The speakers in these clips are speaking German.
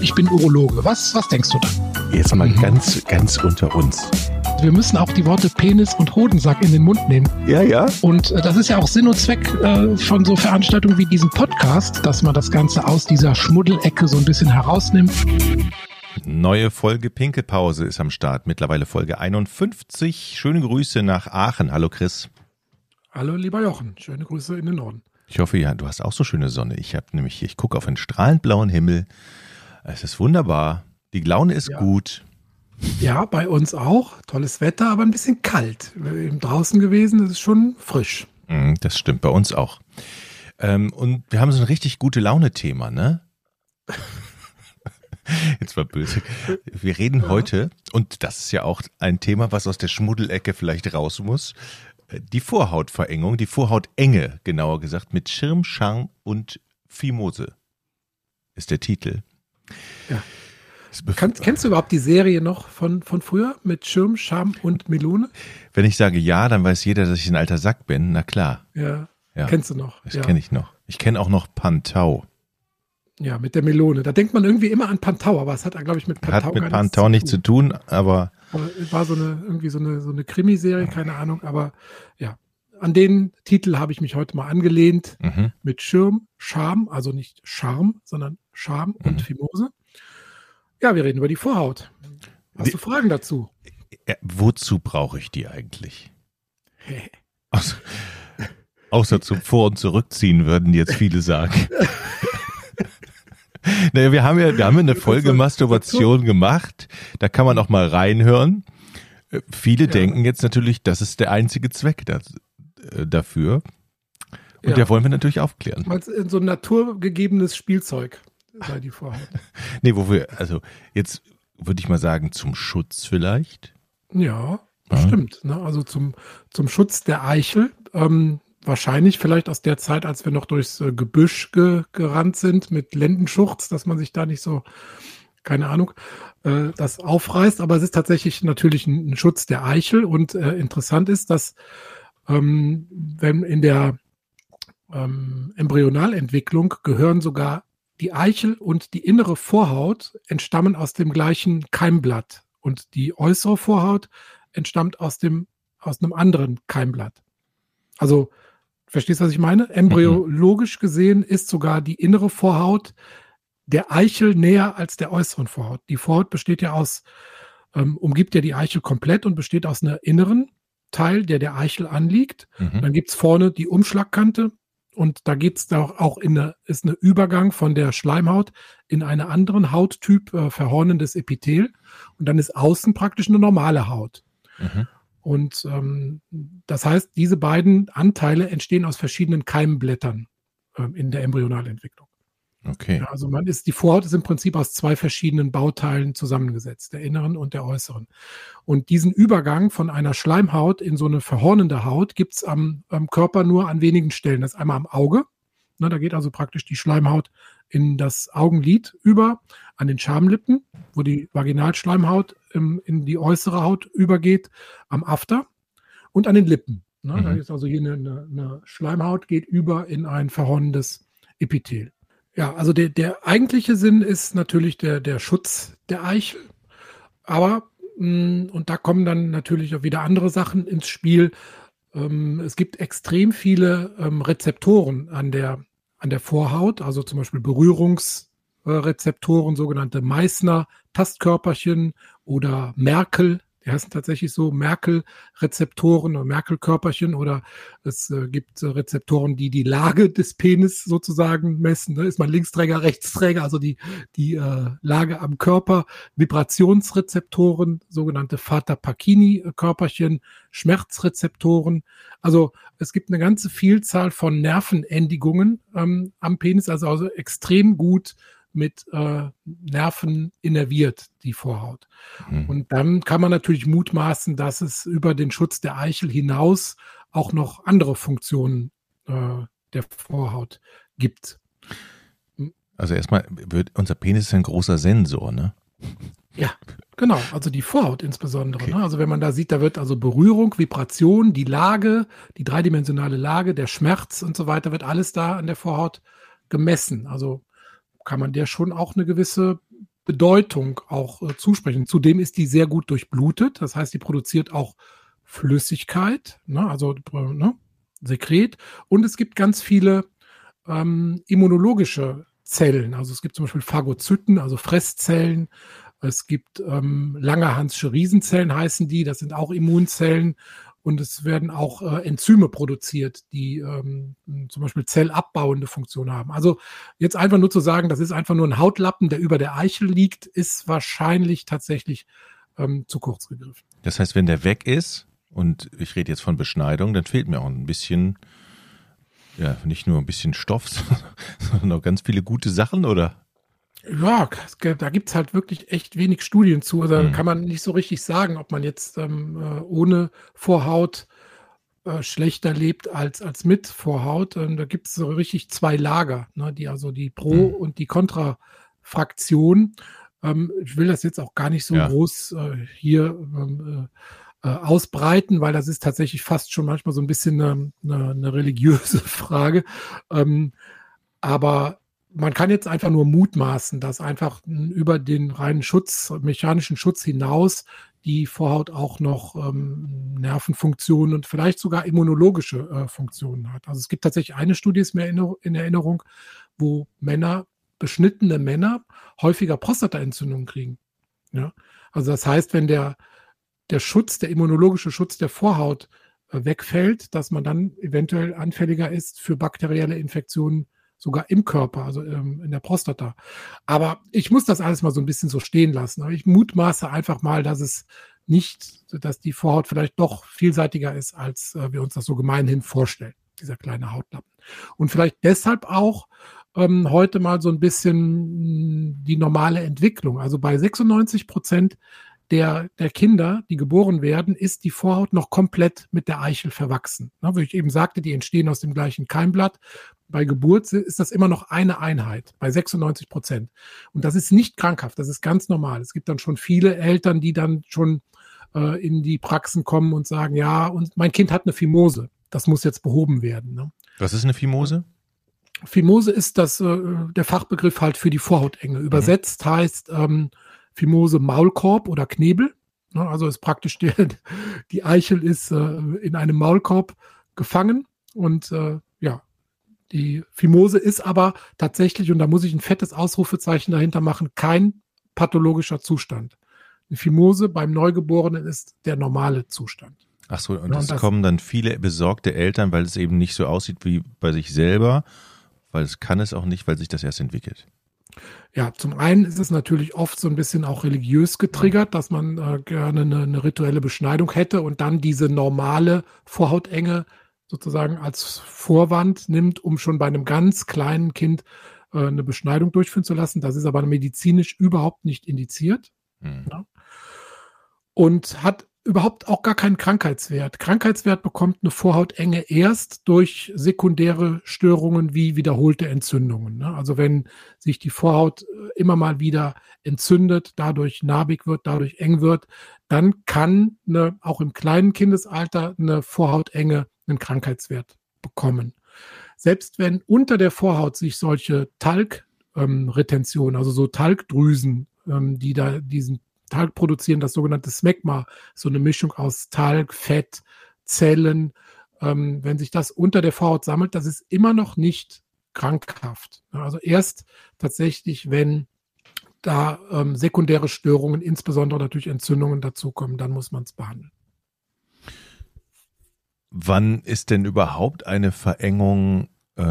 ich bin Urologe. Was denkst du da? Jetzt mal ganz unter uns. Wir müssen auch die Worte Penis und Hodensack in den Mund nehmen. Ja. Und das ist ja auch Sinn und Zweck von so Veranstaltungen wie diesem Podcast, dass man das Ganze aus dieser Schmuddelecke so ein bisschen herausnimmt. Neue Folge Pinkelpause ist am Start. Mittlerweile Folge 51. Schöne Grüße nach Aachen. Hallo Chris. Hallo lieber Jochen. Schöne Grüße in den Norden. Ich hoffe, ja, du hast auch so schöne Sonne. Ich gucke auf einen strahlend blauen Himmel. Es ist wunderbar. Die Laune ist gut. Ja, bei uns auch. Tolles Wetter, aber ein bisschen kalt. Eben draußen gewesen, es ist schon frisch. Das stimmt, bei uns auch. Und wir haben so ein richtig gute Laune-Thema, ne? Jetzt war böse. Wir reden heute, und das ist ja auch ein Thema, was aus der Schmuddelecke vielleicht raus muss, die Vorhautverengung, die Vorhautenge, genauer gesagt, mit Schirm, Charme und Fimose ist der Titel. Ja. Kennst du überhaupt die Serie noch von früher mit Schirm, Charme und Melone? Wenn ich sage ja, dann weiß jeder, dass ich ein alter Sack bin. Na klar. Ja. Kennst du noch? Das kenne ich noch. Ich kenne auch noch Pantau. Ja, mit der Melone. Da denkt man irgendwie immer an Pantau, aber es hat, glaube ich, mit Pantau nichts zu tun, aber war so eine Krimiserie, keine Ahnung, aber ja. An den Titel habe ich mich heute mal angelehnt. Mit Schirm, Charme, also nicht Charme, sondern Charme und Fimose. Ja, wir reden über die Vorhaut. Hast du Fragen dazu? Wozu brauche ich die eigentlich? Außer zum Vor- und Zurückziehen, würden jetzt viele sagen. Naja, wir haben eine Folge Masturbation gemacht. Da kann man auch mal reinhören. Viele denken jetzt natürlich, das ist der einzige Zweck dafür. Und der wollen wir natürlich aufklären. So ein naturgegebenes Spielzeug sei die Vorhaut. Nee, jetzt würde ich mal sagen, zum Schutz vielleicht. Ja, stimmt. Ne? Also zum Schutz der Eichel. Wahrscheinlich vielleicht aus der Zeit, als wir noch durchs Gebüsch gerannt sind mit Lendenschurz, dass man sich da nicht so, keine Ahnung, das aufreißt. Aber es ist tatsächlich natürlich ein Schutz der Eichel. Und interessant ist, dass wenn in der Embryonalentwicklung gehören sogar die Eichel und die innere Vorhaut entstammen aus dem gleichen Keimblatt. Und die äußere Vorhaut entstammt aus einem anderen Keimblatt. Also, verstehst du, was ich meine? Embryologisch gesehen ist sogar die innere Vorhaut der Eichel näher als der äußeren Vorhaut. Die Vorhaut besteht ja umgibt ja die Eichel komplett und besteht aus einer inneren Teil, der Eichel anliegt. Dann gibt es vorne die Umschlagkante und da geht es auch ist eine Übergang von der Schleimhaut in einen anderen Hauttyp, verhornendes Epithel. Und dann ist außen praktisch eine normale Haut. Und das heißt, diese beiden Anteile entstehen aus verschiedenen Keimblättern in der Embryonalentwicklung. Okay. Ja, also die Vorhaut ist im Prinzip aus zwei verschiedenen Bauteilen zusammengesetzt, der inneren und der äußeren. Und diesen Übergang von einer Schleimhaut in so eine verhornende Haut gibt es am Körper nur an wenigen Stellen. Das ist einmal am Auge. Ne, da geht also praktisch die Schleimhaut in das Augenlid über, an den Schamlippen, wo die Vaginalschleimhaut in die äußere Haut übergeht, am After und an den Lippen. Ne, da ist also hier eine Schleimhaut, geht über in ein verhornendes Epithel. Ja, also der eigentliche Sinn ist natürlich der Schutz der Eichel. Aber, und da kommen dann natürlich auch wieder andere Sachen ins Spiel. Es gibt extrem viele Rezeptoren an der Vorhaut, also zum Beispiel Berührungsrezeptoren, sogenannte Meissner-Tastkörperchen oder Merkel. Die heißen tatsächlich so Merkel-Rezeptoren oder Merkel-Körperchen, oder es gibt Rezeptoren, die Lage des Penis sozusagen messen. Da ist man Linksträger, Rechtsträger, also die Lage am Körper. Vibrationsrezeptoren, sogenannte Fata-Pacini-Körperchen, Schmerzrezeptoren. Also es gibt eine ganze Vielzahl von Nervenendigungen am Penis, also extrem gut mit Nerven innerviert, die Vorhaut. Und dann kann man natürlich mutmaßen, dass es über den Schutz der Eichel hinaus auch noch andere Funktionen der Vorhaut gibt. Also erstmal, unser Penis ist ein großer Sensor, ne? Ja, genau. Also die Vorhaut insbesondere. Okay. Ne? Also wenn man da sieht, da wird also Berührung, Vibration, die Lage, die dreidimensionale Lage, der Schmerz und so weiter, wird alles da an der Vorhaut gemessen. Also kann man der schon auch eine gewisse Bedeutung auch zusprechen. Zudem ist die sehr gut durchblutet, das heißt, die produziert auch Flüssigkeit, ne, also Sekret. Und es gibt ganz viele immunologische Zellen. Also es gibt zum Beispiel Phagozyten, also Fresszellen. Es gibt Langerhansche Riesenzellen, heißen die. Das sind auch Immunzellen. Und es werden auch Enzyme produziert, die zum Beispiel zellabbauende Funktion haben. Also jetzt einfach nur zu sagen, das ist einfach nur ein Hautlappen, der über der Eichel liegt, ist wahrscheinlich tatsächlich zu kurz gegriffen. Das heißt, wenn der weg ist, und ich rede jetzt von Beschneidung, dann fehlt mir auch ein bisschen, ja, nicht nur ein bisschen Stoff, sondern auch ganz viele gute Sachen, oder? Ja, da gibt's halt wirklich echt wenig Studien zu. Also kann man nicht so richtig sagen, ob man jetzt ohne Vorhaut schlechter lebt als mit Vorhaut. Da gibt's so richtig zwei Lager, ne, die Pro- und die Kontrafraktion. Ich will das jetzt auch gar nicht so groß hier ausbreiten, weil das ist tatsächlich fast schon manchmal so ein bisschen eine religiöse Frage. Aber man kann jetzt einfach nur mutmaßen, dass einfach über den reinen Schutz, mechanischen Schutz hinaus die Vorhaut auch noch Nervenfunktionen und vielleicht sogar immunologische Funktionen hat. Also es gibt tatsächlich eine Studie, ist mir in Erinnerung, wo beschnittene Männer häufiger Prostataentzündungen kriegen. Ja? Also das heißt, wenn der Schutz, der immunologische Schutz der Vorhaut wegfällt, dass man dann eventuell anfälliger ist für bakterielle Infektionen sogar im Körper, also in der Prostata. Aber ich muss das alles mal so ein bisschen so stehen lassen. Aber ich mutmaße einfach mal, dass die Vorhaut vielleicht doch vielseitiger ist, als wir uns das so gemeinhin vorstellen, dieser kleine Hautlappen. Und vielleicht deshalb auch heute mal so ein bisschen die normale Entwicklung. Also bei 96% der Kinder, die geboren werden, ist die Vorhaut noch komplett mit der Eichel verwachsen. Wie ich eben sagte, die entstehen aus dem gleichen Keimblatt. Bei Geburt ist das immer noch eine Einheit, bei 96%. Und das ist nicht krankhaft, das ist ganz normal. Es gibt dann schon viele Eltern, die dann schon in die Praxen kommen und sagen, ja, und mein Kind hat eine Phimose. Das muss jetzt behoben werden. Ne? Was ist eine Phimose? Phimose ist der Fachbegriff halt für die Vorhautenge. Übersetzt heißt Phimose Maulkorb oder Knebel. Ne? Also ist praktisch die Eichel ist in einem Maulkorb gefangen und die Phimose ist aber tatsächlich, und da muss ich ein fettes Ausrufezeichen dahinter machen, kein pathologischer Zustand. Eine Phimose beim Neugeborenen ist der normale Zustand. Ach so, und es kommen dann viele besorgte Eltern, weil es eben nicht so aussieht wie bei sich selber, weil es kann es auch nicht, weil sich das erst entwickelt. Ja, zum einen ist es natürlich oft so ein bisschen auch religiös getriggert, dass man gerne eine rituelle Beschneidung hätte und dann diese normale Vorhautenge sozusagen als Vorwand nimmt, um schon bei einem ganz kleinen Kind eine Beschneidung durchführen zu lassen. Das ist aber medizinisch überhaupt nicht indiziert. Ja. Und hat überhaupt auch gar keinen Krankheitswert. Krankheitswert bekommt eine Vorhautenge erst durch sekundäre Störungen wie wiederholte Entzündungen. Ne? Also wenn sich die Vorhaut immer mal wieder entzündet, dadurch narbig wird, dadurch eng wird, dann kann auch im kleinen Kindesalter eine Vorhautenge einen Krankheitswert bekommen. Selbst wenn unter der Vorhaut sich solche Talgretentionen, also so Talgdrüsen, die da diesen Talg produzieren, das sogenannte Smegma, so eine Mischung aus Talg, Fett, Zellen, wenn sich das unter der Vorhaut sammelt, das ist immer noch nicht krankhaft. Also erst tatsächlich, wenn da sekundäre Störungen, insbesondere natürlich Entzündungen dazukommen, dann muss man es behandeln. Wann ist denn überhaupt eine Verengung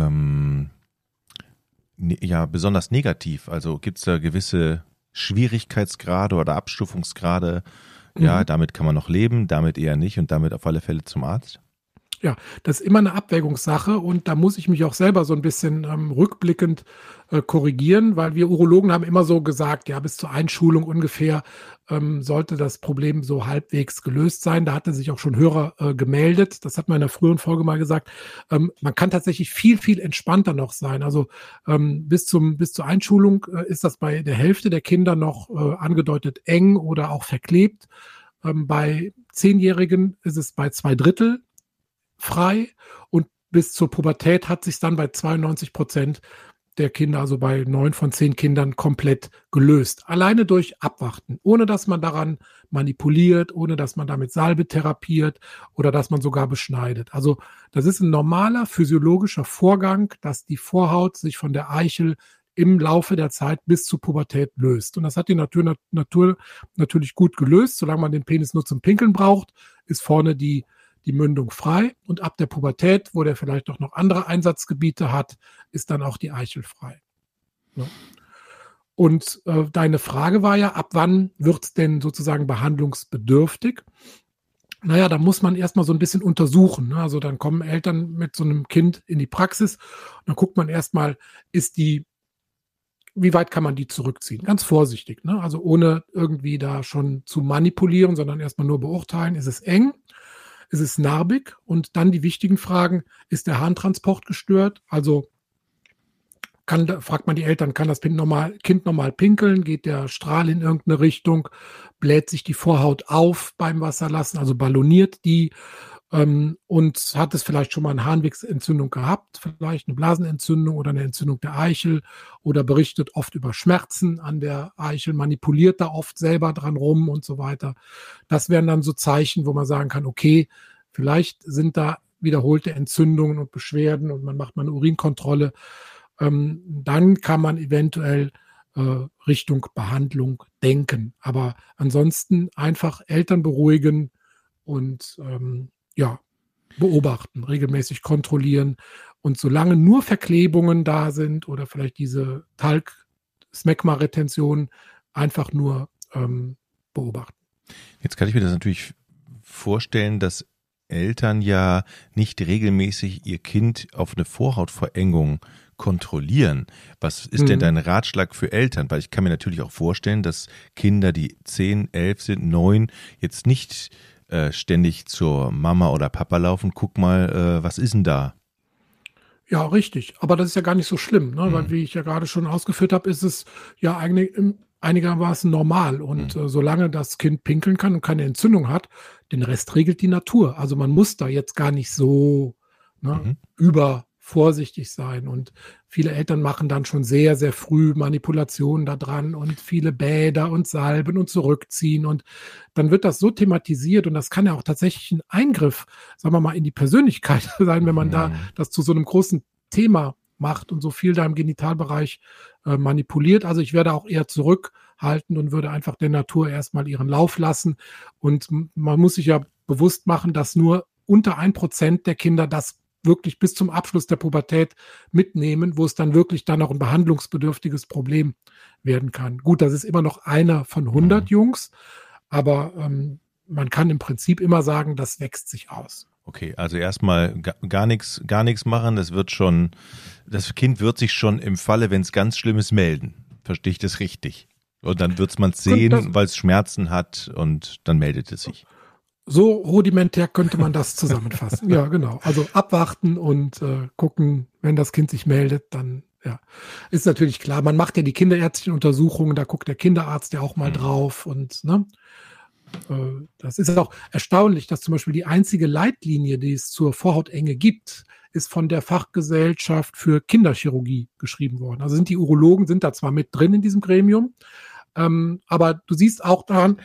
besonders negativ? Also gibt es da gewisse Schwierigkeitsgrade oder Abstufungsgrade? Ja, damit kann man noch leben, damit eher nicht und damit auf alle Fälle zum Arzt? Ja, das ist immer eine Abwägungssache und da muss ich mich auch selber so ein bisschen rückblickend korrigieren, weil wir Urologen haben immer so gesagt, ja, bis zur Einschulung ungefähr sollte das Problem so halbwegs gelöst sein. Da hatte sich auch schon Hörer gemeldet. Das hat man in der früheren Folge mal gesagt. Man kann tatsächlich viel, viel entspannter noch sein. Also bis zur Einschulung ist das bei der Hälfte der Kinder noch angedeutet eng oder auch verklebt. Bei 10-Jährigen ist es bei 2/3 frei und bis zur Pubertät hat sich dann bei 92% der Kinder, also bei 9 von 10 Kindern, komplett gelöst. Alleine durch Abwarten, ohne dass man daran manipuliert, ohne dass man damit Salbe therapiert oder dass man sogar beschneidet. Also das ist ein normaler physiologischer Vorgang, dass die Vorhaut sich von der Eichel im Laufe der Zeit bis zur Pubertät löst. Und das hat die Natur natürlich gut gelöst. Solange man den Penis nur zum Pinkeln braucht, ist vorne die Mündung frei. Und ab der Pubertät, wo der vielleicht auch noch andere Einsatzgebiete hat, ist dann auch die Eichel frei. Ja. Und deine Frage war ja, ab wann wird es denn sozusagen behandlungsbedürftig? Naja, da muss man erstmal so ein bisschen untersuchen. Ne? Also dann kommen Eltern mit so einem Kind in die Praxis und dann guckt man erstmal, wie weit kann man die zurückziehen? Ganz vorsichtig, ne? Also ohne irgendwie da schon zu manipulieren, sondern erstmal nur beurteilen, ist es eng, ist es narbig? Und dann die wichtigen Fragen, ist der Harntransport gestört? Also fragt man die Eltern, kann das Kind normal pinkeln? Geht der Strahl in irgendeine Richtung? Bläht sich die Vorhaut auf beim Wasserlassen? Also balloniert die? Und hat es vielleicht schon mal eine Harnwegsentzündung gehabt? Vielleicht eine Blasenentzündung oder eine Entzündung der Eichel? Oder berichtet oft über Schmerzen an der Eichel, manipuliert da oft selber dran rum und so weiter. Das wären dann so Zeichen, wo man sagen kann, okay, vielleicht sind da wiederholte Entzündungen und Beschwerden und man macht mal eine Urinkontrolle. Dann kann man eventuell Richtung Behandlung denken. Aber ansonsten einfach Eltern beruhigen und beobachten, regelmäßig kontrollieren. Und solange nur Verklebungen da sind oder vielleicht diese Talg-Smegma-Retention, einfach nur beobachten. Jetzt kann ich mir das natürlich vorstellen, dass Eltern ja nicht regelmäßig ihr Kind auf eine Vorhautverengung kontrollieren. Was ist denn dein Ratschlag für Eltern? Weil ich kann mir natürlich auch vorstellen, dass Kinder, die 10, 11 sind, 9, jetzt nicht ständig zur Mama oder Papa laufen. Guck mal, was ist denn da? Ja, richtig. Aber das ist ja gar nicht so schlimm, ne? Weil, wie ich ja gerade schon ausgeführt habe, ist es ja einigermaßen normal. Und solange das Kind pinkeln kann und keine Entzündung hat, den Rest regelt die Natur. Also man muss da jetzt gar nicht so übervorsichtig sein. Und viele Eltern machen dann schon sehr, sehr früh Manipulationen da dran und viele Bäder und Salben und zurückziehen. Und dann wird das so thematisiert und das kann ja auch tatsächlich ein Eingriff, sagen wir mal, in die Persönlichkeit sein, wenn man da das zu so einem großen Thema macht und so viel da im Genitalbereich manipuliert. Also ich werde auch eher zurückhalten und würde einfach der Natur erstmal ihren Lauf lassen. Und man muss sich ja bewusst machen, dass nur unter 1% der Kinder das wirklich bis zum Abschluss der Pubertät mitnehmen, wo es dann wirklich dann auch ein behandlungsbedürftiges Problem werden kann. Gut, das ist immer noch einer von 100 Jungs, aber man kann im Prinzip immer sagen, das wächst sich aus. Okay, also erstmal gar nichts machen, das Kind wird sich schon im Falle, wenn es ganz schlimm ist, melden. Verstehe ich das richtig? Und dann wird man es sehen, weil es Schmerzen hat und dann meldet es sich. So rudimentär könnte man das zusammenfassen. Ja, genau. Also abwarten und gucken, wenn das Kind sich meldet, dann ist natürlich klar. Man macht ja die kinderärztlichen Untersuchungen, da guckt der Kinderarzt ja auch mal drauf und das ist auch erstaunlich, dass zum Beispiel die einzige Leitlinie, die es zur Vorhautenge gibt, ist von der Fachgesellschaft für Kinderchirurgie geschrieben worden. Also die Urologen sind da zwar mit drin in diesem Gremium, aber du siehst auch daran,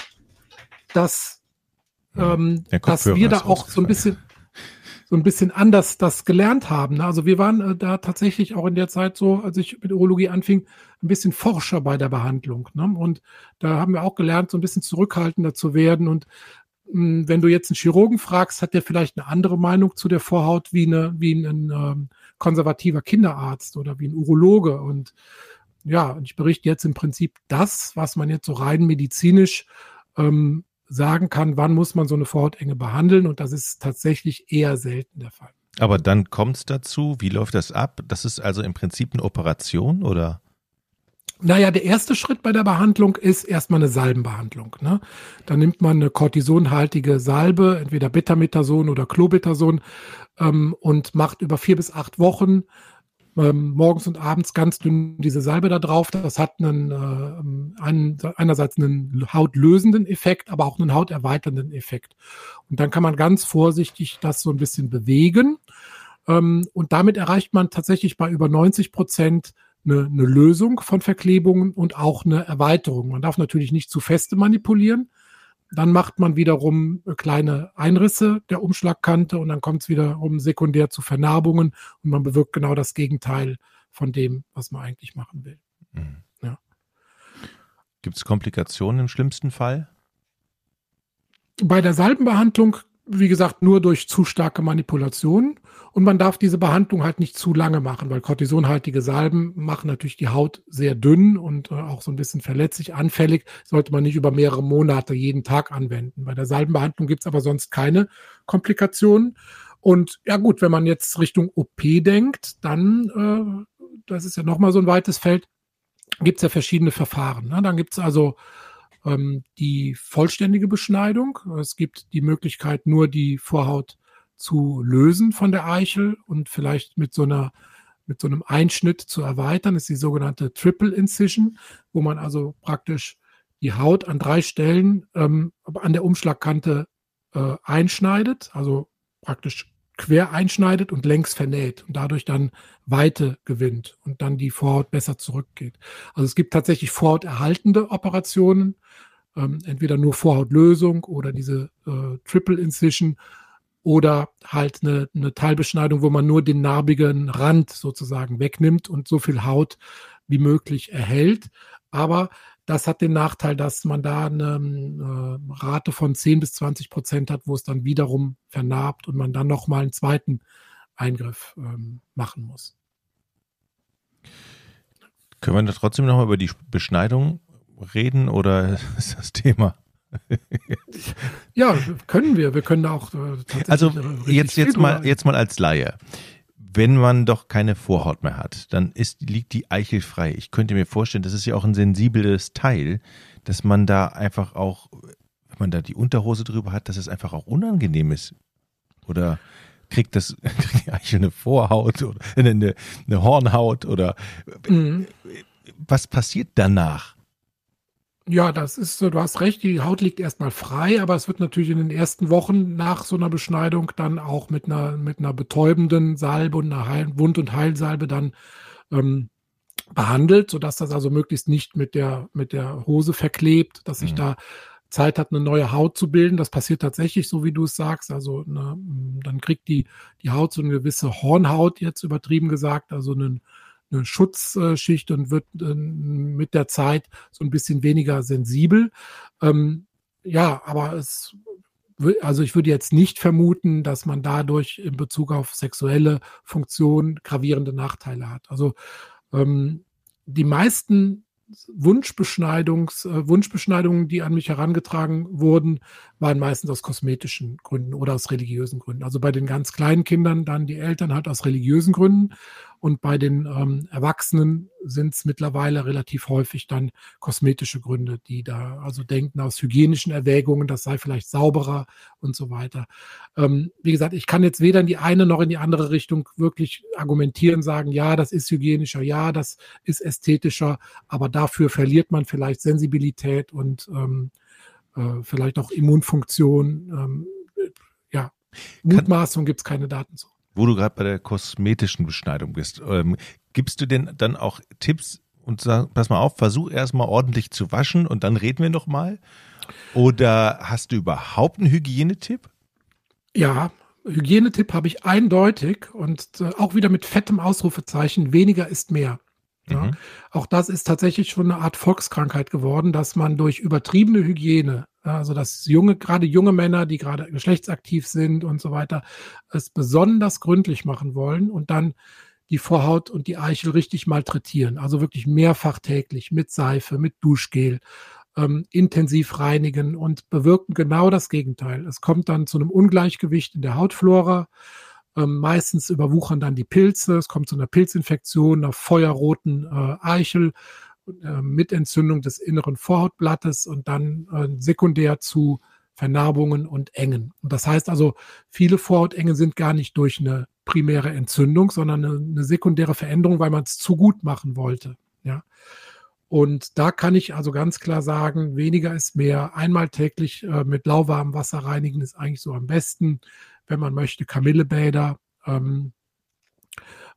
dass wir da auch so ein bisschen anders das gelernt haben. Ne? Also wir waren da tatsächlich auch in der Zeit so, als ich mit Urologie anfing, ein bisschen Forscher bei der Behandlung. Ne? Und da haben wir auch gelernt, so ein bisschen zurückhaltender zu werden. Und wenn du jetzt einen Chirurgen fragst, hat der vielleicht eine andere Meinung zu der Vorhaut wie ein konservativer Kinderarzt oder wie ein Urologe. Und ich berichte jetzt im Prinzip das, was man jetzt so rein medizinisch sagen kann, wann muss man so eine Vorhautenge behandeln, und das ist tatsächlich eher selten der Fall. Aber dann kommt es dazu, wie läuft das ab? Das ist also im Prinzip eine Operation, oder? Naja, der erste Schritt bei der Behandlung ist erstmal eine Salbenbehandlung. Ne? Da nimmt man eine kortisonhaltige Salbe, entweder Betametason oder Clobetasson, und macht über 4 bis 8 Wochen morgens und abends ganz dünn diese Salbe da drauf. Das hat einerseits einen hautlösenden Effekt, aber auch einen hauterweiternden Effekt. Und dann kann man ganz vorsichtig das so ein bisschen bewegen. Und damit erreicht man tatsächlich bei über 90% eine Lösung von Verklebungen und auch eine Erweiterung. Man darf natürlich nicht zu feste manipulieren. Dann macht man wiederum kleine Einrisse der Umschlagkante und dann kommt es wiederum sekundär zu Vernarbungen und man bewirkt genau das Gegenteil von dem, was man eigentlich machen will. Mhm. Ja. Gibt es Komplikationen im schlimmsten Fall? Bei der Salbenbehandlung, wie gesagt, nur durch zu starke Manipulation. Und man darf diese Behandlung halt nicht zu lange machen, weil kortisonhaltige Salben machen natürlich die Haut sehr dünn und auch so ein bisschen verletzlich, anfällig. Sollte man nicht über mehrere Monate jeden Tag anwenden. Bei der Salbenbehandlung gibt es aber sonst keine Komplikationen. Und ja gut, wenn man jetzt Richtung OP denkt, dann, das ist ja nochmal so ein weites Feld, gibt es ja verschiedene Verfahren. Ne? Dann gibt es also die vollständige Beschneidung. Es gibt die Möglichkeit, nur die Vorhaut zu lösen von der Eichel und vielleicht mit so einem Einschnitt zu erweitern. Das ist die sogenannte Triple Incision, wo man also praktisch die Haut an 3 Stellen an der Umschlagkante einschneidet, also praktisch quer einschneidet und längs vernäht und dadurch dann Weite gewinnt und dann die Vorhaut besser zurückgeht. Also es gibt tatsächlich vorhauterhaltende Operationen, entweder nur Vorhautlösung oder diese Triple Incision oder halt eine Teilbeschneidung, wo man nur den narbigen Rand sozusagen wegnimmt und so viel Haut wie möglich erhält. Aber das hat den Nachteil, dass man da eine Rate von 10-20% hat, wo es dann wiederum vernarbt und man dann nochmal einen zweiten Eingriff machen muss. Können wir da trotzdem nochmal über die Beschneidung reden oder ist das Thema? Ja, können wir. Wir können auch tatsächlich. Also jetzt mal als Laie. Wenn man doch keine Vorhaut mehr hat, dann liegt die Eichel frei. Ich könnte mir vorstellen, das ist ja auch ein sensibles Teil, dass man da einfach auch, wenn man da die Unterhose drüber hat, dass es einfach auch unangenehm ist. Oder kriegt die Eichel eine Vorhaut oder eine Hornhaut oder was passiert danach? Ja, das ist so, du hast recht, die Haut liegt erstmal frei, aber es wird natürlich in den ersten Wochen nach so einer Beschneidung dann auch mit einer betäubenden Salbe und einer Wund- und Heilsalbe dann behandelt, sodass das also möglichst nicht mit der Hose verklebt, dass sich da Zeit hat, eine neue Haut zu bilden. Das passiert tatsächlich, so wie du es sagst. Also dann kriegt die Haut so eine gewisse Hornhaut, jetzt übertrieben gesagt, also eine Schutzschicht und wird mit der Zeit so ein bisschen weniger sensibel. Ja, aber also ich würde jetzt nicht vermuten, dass man dadurch in Bezug auf sexuelle Funktion gravierende Nachteile hat. Also die meisten Wunschbeschneidungen, die an mich herangetragen wurden, waren meistens aus kosmetischen Gründen oder aus religiösen Gründen. Also bei den ganz kleinen Kindern dann die Eltern halt aus religiösen Gründen und bei den Erwachsenen sind es mittlerweile relativ häufig dann kosmetische Gründe, die da also denken aus hygienischen Erwägungen, das sei vielleicht sauberer und so weiter. Wie gesagt, ich kann jetzt weder in die eine noch in die andere Richtung wirklich argumentieren, sagen, ja, das ist hygienischer, ja, das ist ästhetischer, aber dafür verliert man vielleicht Sensibilität und vielleicht auch Immunfunktion. Ja, Mutmaßung gibt es keine Daten zu. Wo du gerade bei der kosmetischen Beschneidung bist, gibst du denn dann auch Tipps und sag, pass mal auf, versuch erstmal ordentlich zu waschen und dann reden wir noch mal? Oder hast du überhaupt einen Hygienetipp? Ja, Hygienetipp habe ich eindeutig und auch wieder mit fettem Ausrufezeichen, weniger ist mehr. Ja, auch das ist tatsächlich schon eine Art Volkskrankheit geworden, dass man durch übertriebene Hygiene, also dass gerade junge Männer, die gerade geschlechtsaktiv sind und so weiter, es besonders gründlich machen wollen und dann die Vorhaut und die Eichel richtig malträtieren. Also wirklich mehrfach täglich mit Seife, mit Duschgel, intensiv reinigen und bewirken genau das Gegenteil. Es kommt dann zu einem Ungleichgewicht in der Hautflora. Meistens überwuchern dann die Pilze, es kommt zu einer Pilzinfektion, einer feuerroten Eichel mit Entzündung des inneren Vorhautblattes und dann sekundär zu Vernarbungen und Engen. Und das heißt also, viele Vorhautengen sind gar nicht durch eine primäre Entzündung, sondern eine sekundäre Veränderung, weil man es zu gut machen wollte. Ja. Und da kann ich also ganz klar sagen, weniger ist mehr. Einmal täglich mit lauwarmem Wasser reinigen ist eigentlich so am besten. Wenn man möchte, Kamillebäder.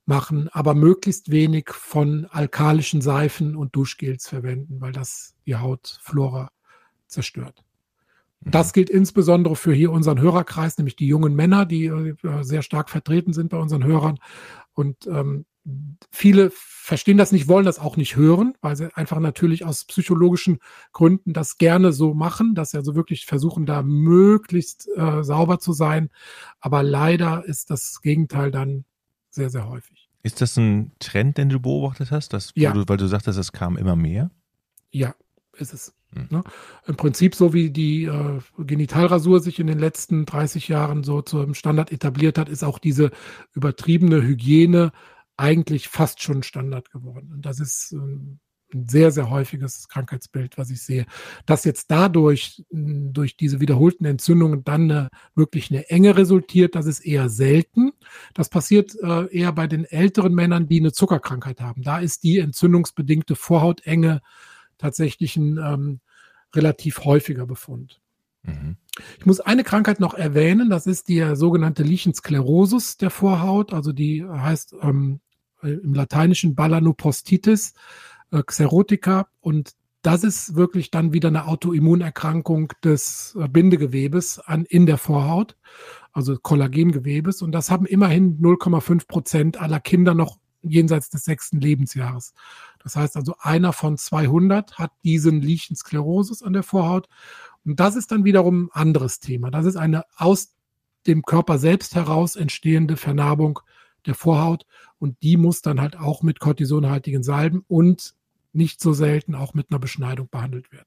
machen, aber möglichst wenig von alkalischen Seifen und Duschgels verwenden, weil das die Hautflora zerstört. Das gilt insbesondere für hier unseren Hörerkreis, nämlich die jungen Männer, die sehr stark vertreten sind bei unseren Hörern. Und viele verstehen das nicht, wollen das auch nicht hören, weil sie einfach natürlich aus psychologischen Gründen das gerne so machen, dass sie also wirklich versuchen, da möglichst sauber zu sein. Aber leider ist das Gegenteil dann sehr, sehr häufig. Ist das ein Trend, den du beobachtet hast, Ja. weil du sagtest, es kam immer mehr? Ja, ist es. Ne? Im Prinzip so wie die Genitalrasur sich in den letzten 30 Jahren so zum Standard etabliert hat, ist auch diese übertriebene Hygiene eigentlich fast schon Standard geworden. Und das ist ein sehr, sehr häufiges Krankheitsbild, was ich sehe. Dass jetzt dadurch, durch diese wiederholten Entzündungen dann wirklich eine Enge resultiert, das ist eher selten. Das passiert eher bei den älteren Männern, die eine Zuckerkrankheit haben. Da ist die entzündungsbedingte Vorhautenge tatsächlich ein relativ häufiger Befund. Mhm. Ich muss eine Krankheit noch erwähnen, das ist die sogenannte Lichensklerosis der Vorhaut, also die heißt im Lateinischen Balanopostitis xerotica, und das ist wirklich dann wieder eine Autoimmunerkrankung des Bindegewebes in der Vorhaut, also Kollagengewebes, und das haben immerhin 0,5% aller Kinder noch jenseits des 6. Lebensjahres. Das heißt also, einer von 200 hat diesen Lichensklerosis an der Vorhaut. Und das ist dann wiederum ein anderes Thema. Das ist eine aus dem Körper selbst heraus entstehende Vernarbung der Vorhaut. Und die muss dann halt auch mit kortisonhaltigen Salben und nicht so selten auch mit einer Beschneidung behandelt werden.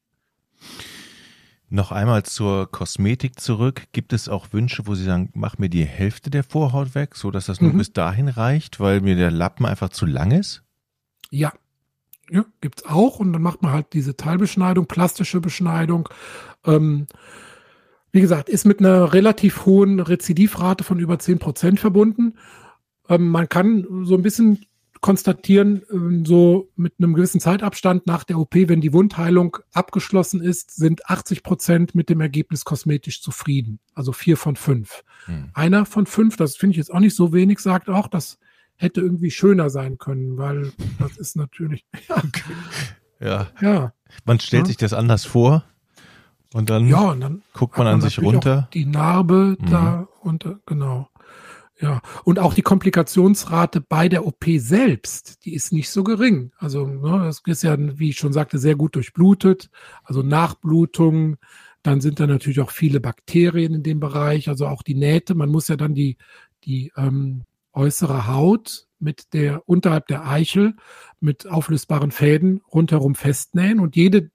Noch einmal zur Kosmetik zurück. Gibt es auch Wünsche, wo Sie sagen, mach mir die Hälfte der Vorhaut weg, sodass das nur bis dahin reicht, weil mir der Lappen einfach zu lang ist? Ja, gibt's auch. Und dann macht man halt diese Teilbeschneidung, plastische Beschneidung. Wie gesagt, ist mit einer relativ hohen Rezidivrate von über 10% verbunden. Man kann so ein bisschen konstatieren, so mit einem gewissen Zeitabstand nach der OP, wenn die Wundheilung abgeschlossen ist, sind 80% mit dem Ergebnis kosmetisch zufrieden. Also 4 von 5. Einer von 5, das finde ich jetzt auch nicht so wenig, sagt auch, das hätte irgendwie schöner sein können, weil das ist natürlich. Ja. Man stellt sich das anders vor und dann, und dann guckt man an sich runter. Die Narbe da und genau. Ja, und auch die Komplikationsrate bei der OP selbst, die ist nicht so gering. Also das ist ja, wie ich schon sagte, sehr gut durchblutet. Also Nachblutung, dann sind da natürlich auch viele Bakterien in dem Bereich, also auch die Nähte. Man muss ja dann die äußere Haut mit der unterhalb der Eichel mit auflösbaren Fäden rundherum festnähen, und jede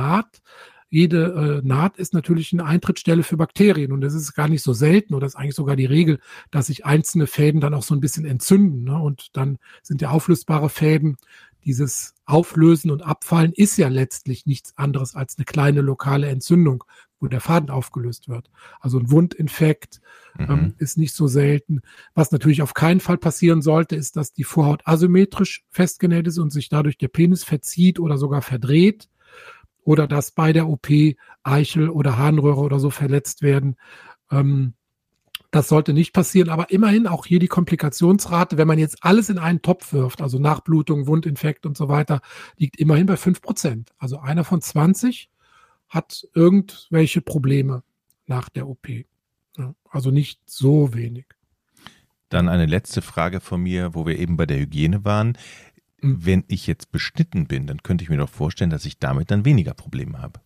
Naht ist natürlich eine Eintrittsstelle für Bakterien, und das ist gar nicht so selten, oder ist eigentlich sogar die Regel, dass sich einzelne Fäden dann auch so ein bisschen entzünden, ne? Und dann sind ja auflösbare Fäden, dieses Auflösen und Abfallen ist ja letztlich nichts anderes als eine kleine lokale Entzündung, wo der Faden aufgelöst wird. Also ein Wundinfekt ist nicht so selten. Was natürlich auf keinen Fall passieren sollte, ist, dass die Vorhaut asymmetrisch festgenäht ist und sich dadurch der Penis verzieht oder sogar verdreht, oder dass bei der OP Eichel oder Harnröhre oder so verletzt werden. Das sollte nicht passieren, aber immerhin auch hier die Komplikationsrate, wenn man jetzt alles in einen Topf wirft, also Nachblutung, Wundinfekt und so weiter, liegt immerhin bei 5%. Also einer von 20 hat irgendwelche Probleme nach der OP. Ja, also nicht so wenig. Dann eine letzte Frage von mir, wo wir eben bei der Hygiene waren. Wenn ich jetzt beschnitten bin, dann könnte ich mir doch vorstellen, dass ich damit dann weniger Probleme habe.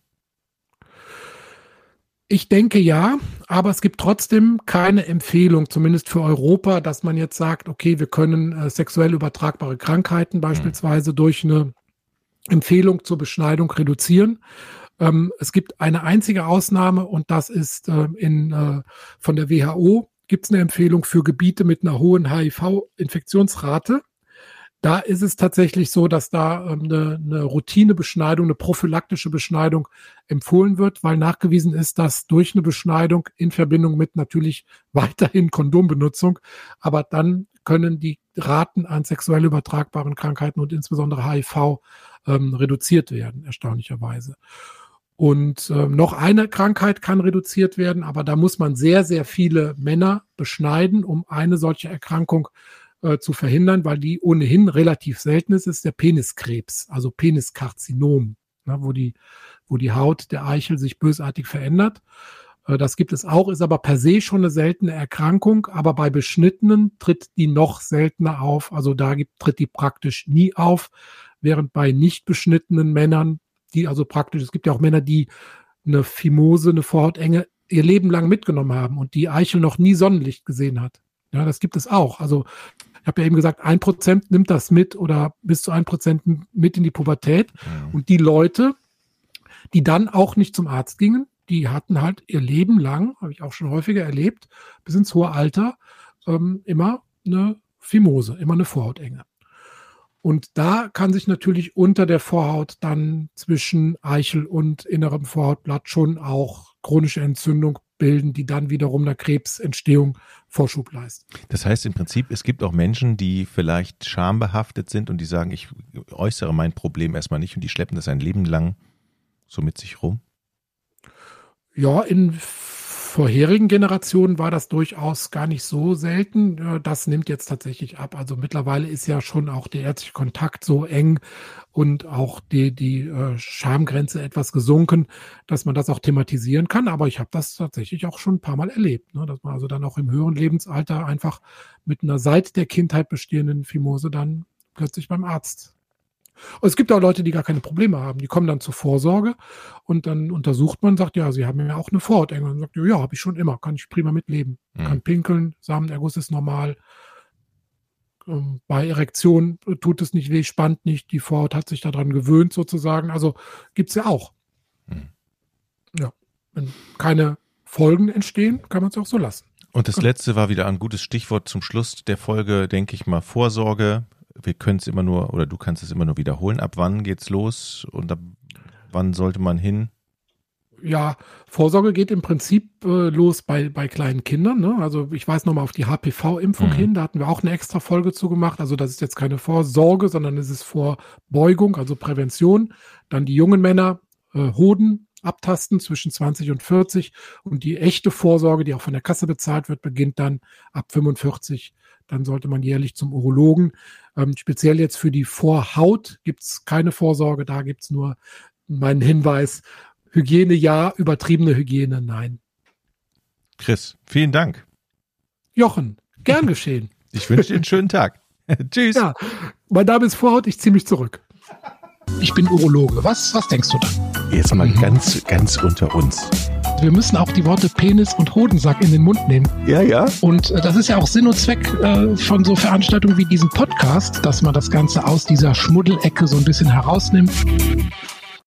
Ich denke ja, aber es gibt trotzdem keine Empfehlung, zumindest für Europa, dass man jetzt sagt, okay, wir können sexuell übertragbare Krankheiten beispielsweise durch eine Empfehlung zur Beschneidung reduzieren. Es gibt eine einzige Ausnahme, und das ist von der WHO gibt es eine Empfehlung für Gebiete mit einer hohen HIV-Infektionsrate. Da ist es tatsächlich so, dass da eine Routinebeschneidung, eine prophylaktische Beschneidung empfohlen wird, weil nachgewiesen ist, dass durch eine Beschneidung in Verbindung mit natürlich weiterhin Kondombenutzung, aber dann können die Raten an sexuell übertragbaren Krankheiten und insbesondere HIV reduziert werden, erstaunlicherweise. Und noch eine Krankheit kann reduziert werden, aber da muss man sehr, sehr viele Männer beschneiden, um eine solche Erkrankung zu verhindern, weil die ohnehin relativ selten ist der Peniskrebs, also Peniskarzinom, ne, wo die Haut der Eichel sich bösartig verändert. Das gibt es auch, ist aber per se schon eine seltene Erkrankung, aber bei Beschnittenen tritt die noch seltener auf, also tritt die praktisch nie auf, während bei nicht beschnittenen Männern, es gibt ja auch Männer, die eine Phimose, eine Vorhautenge ihr Leben lang mitgenommen haben und die Eichel noch nie Sonnenlicht gesehen hat. Ja, das gibt es auch. Also ich habe ja eben gesagt, 1% nimmt das mit oder bis zu 1% mit in die Pubertät. Und die Leute, die dann auch nicht zum Arzt gingen, die hatten halt ihr Leben lang, habe ich auch schon häufiger erlebt, bis ins hohe Alter, immer eine Phimose, immer eine Vorhautenge. Und da kann sich natürlich unter der Vorhaut dann zwischen Eichel und innerem Vorhautblatt schon auch chronische Entzündung bilden, die dann wiederum einer Krebsentstehung Vorschub leistet. Das heißt im Prinzip, es gibt auch Menschen, die vielleicht schambehaftet sind und die sagen, ich äußere mein Problem erstmal nicht und die schleppen das ein Leben lang so mit sich rum? Ja, in vorherigen Generationen war das durchaus gar nicht so selten. Das nimmt jetzt tatsächlich ab. Also mittlerweile ist ja schon auch der ärztliche Kontakt so eng und auch die Schamgrenze etwas gesunken, dass man das auch thematisieren kann. Aber ich habe das tatsächlich auch schon ein paar Mal erlebt, ne? Dass man also dann auch im höheren Lebensalter einfach mit einer seit der Kindheit bestehenden Phimose dann plötzlich beim Arzt. Und es gibt auch Leute, die gar keine Probleme haben. Die kommen dann zur Vorsorge und dann untersucht man, sagt, ja, sie haben ja auch eine Vorhautenge. Und sagt, ja, habe ich schon immer, kann ich prima mitleben. Kann pinkeln, Samenerguss ist normal. Bei Erektion tut es nicht weh, spannt nicht. Die Vorhaut hat sich daran gewöhnt sozusagen. Also gibt es ja auch. Ja, wenn keine Folgen entstehen, kann man es auch so lassen. Und das Letzte war wieder ein gutes Stichwort zum Schluss der Folge, denke ich mal, Vorsorge. Wir können es immer nur, oder du kannst es immer nur wiederholen. Ab wann geht's los und ab wann sollte man hin? Ja, Vorsorge geht im Prinzip los bei kleinen Kindern. Ne? Also ich weise nochmal auf die HPV-Impfung hin. Da hatten wir auch eine extra Folge zu gemacht. Also das ist jetzt keine Vorsorge, sondern es ist Vorbeugung, also Prävention. Dann die jungen Männer, Hoden abtasten zwischen 20 und 40. Und die echte Vorsorge, die auch von der Kasse bezahlt wird, beginnt dann ab 45. Dann sollte man jährlich zum Urologen. Speziell jetzt für die Vorhaut gibt es keine Vorsorge. Da gibt es nur meinen Hinweis, Hygiene ja, übertriebene Hygiene nein. Chris, vielen Dank. Jochen, gern geschehen. Ich wünsche dir einen schönen Tag. Tschüss. Ja, mein Name ist Vorhaut, ich ziehe mich zurück. Ich bin Urologe. Was denkst du dann? Jetzt mal ganz unter uns. Wir müssen auch die Worte Penis und Hodensack in den Mund nehmen. Ja. Und das ist ja auch Sinn und Zweck von so Veranstaltungen wie diesem Podcast, dass man das Ganze aus dieser Schmuddelecke so ein bisschen herausnimmt.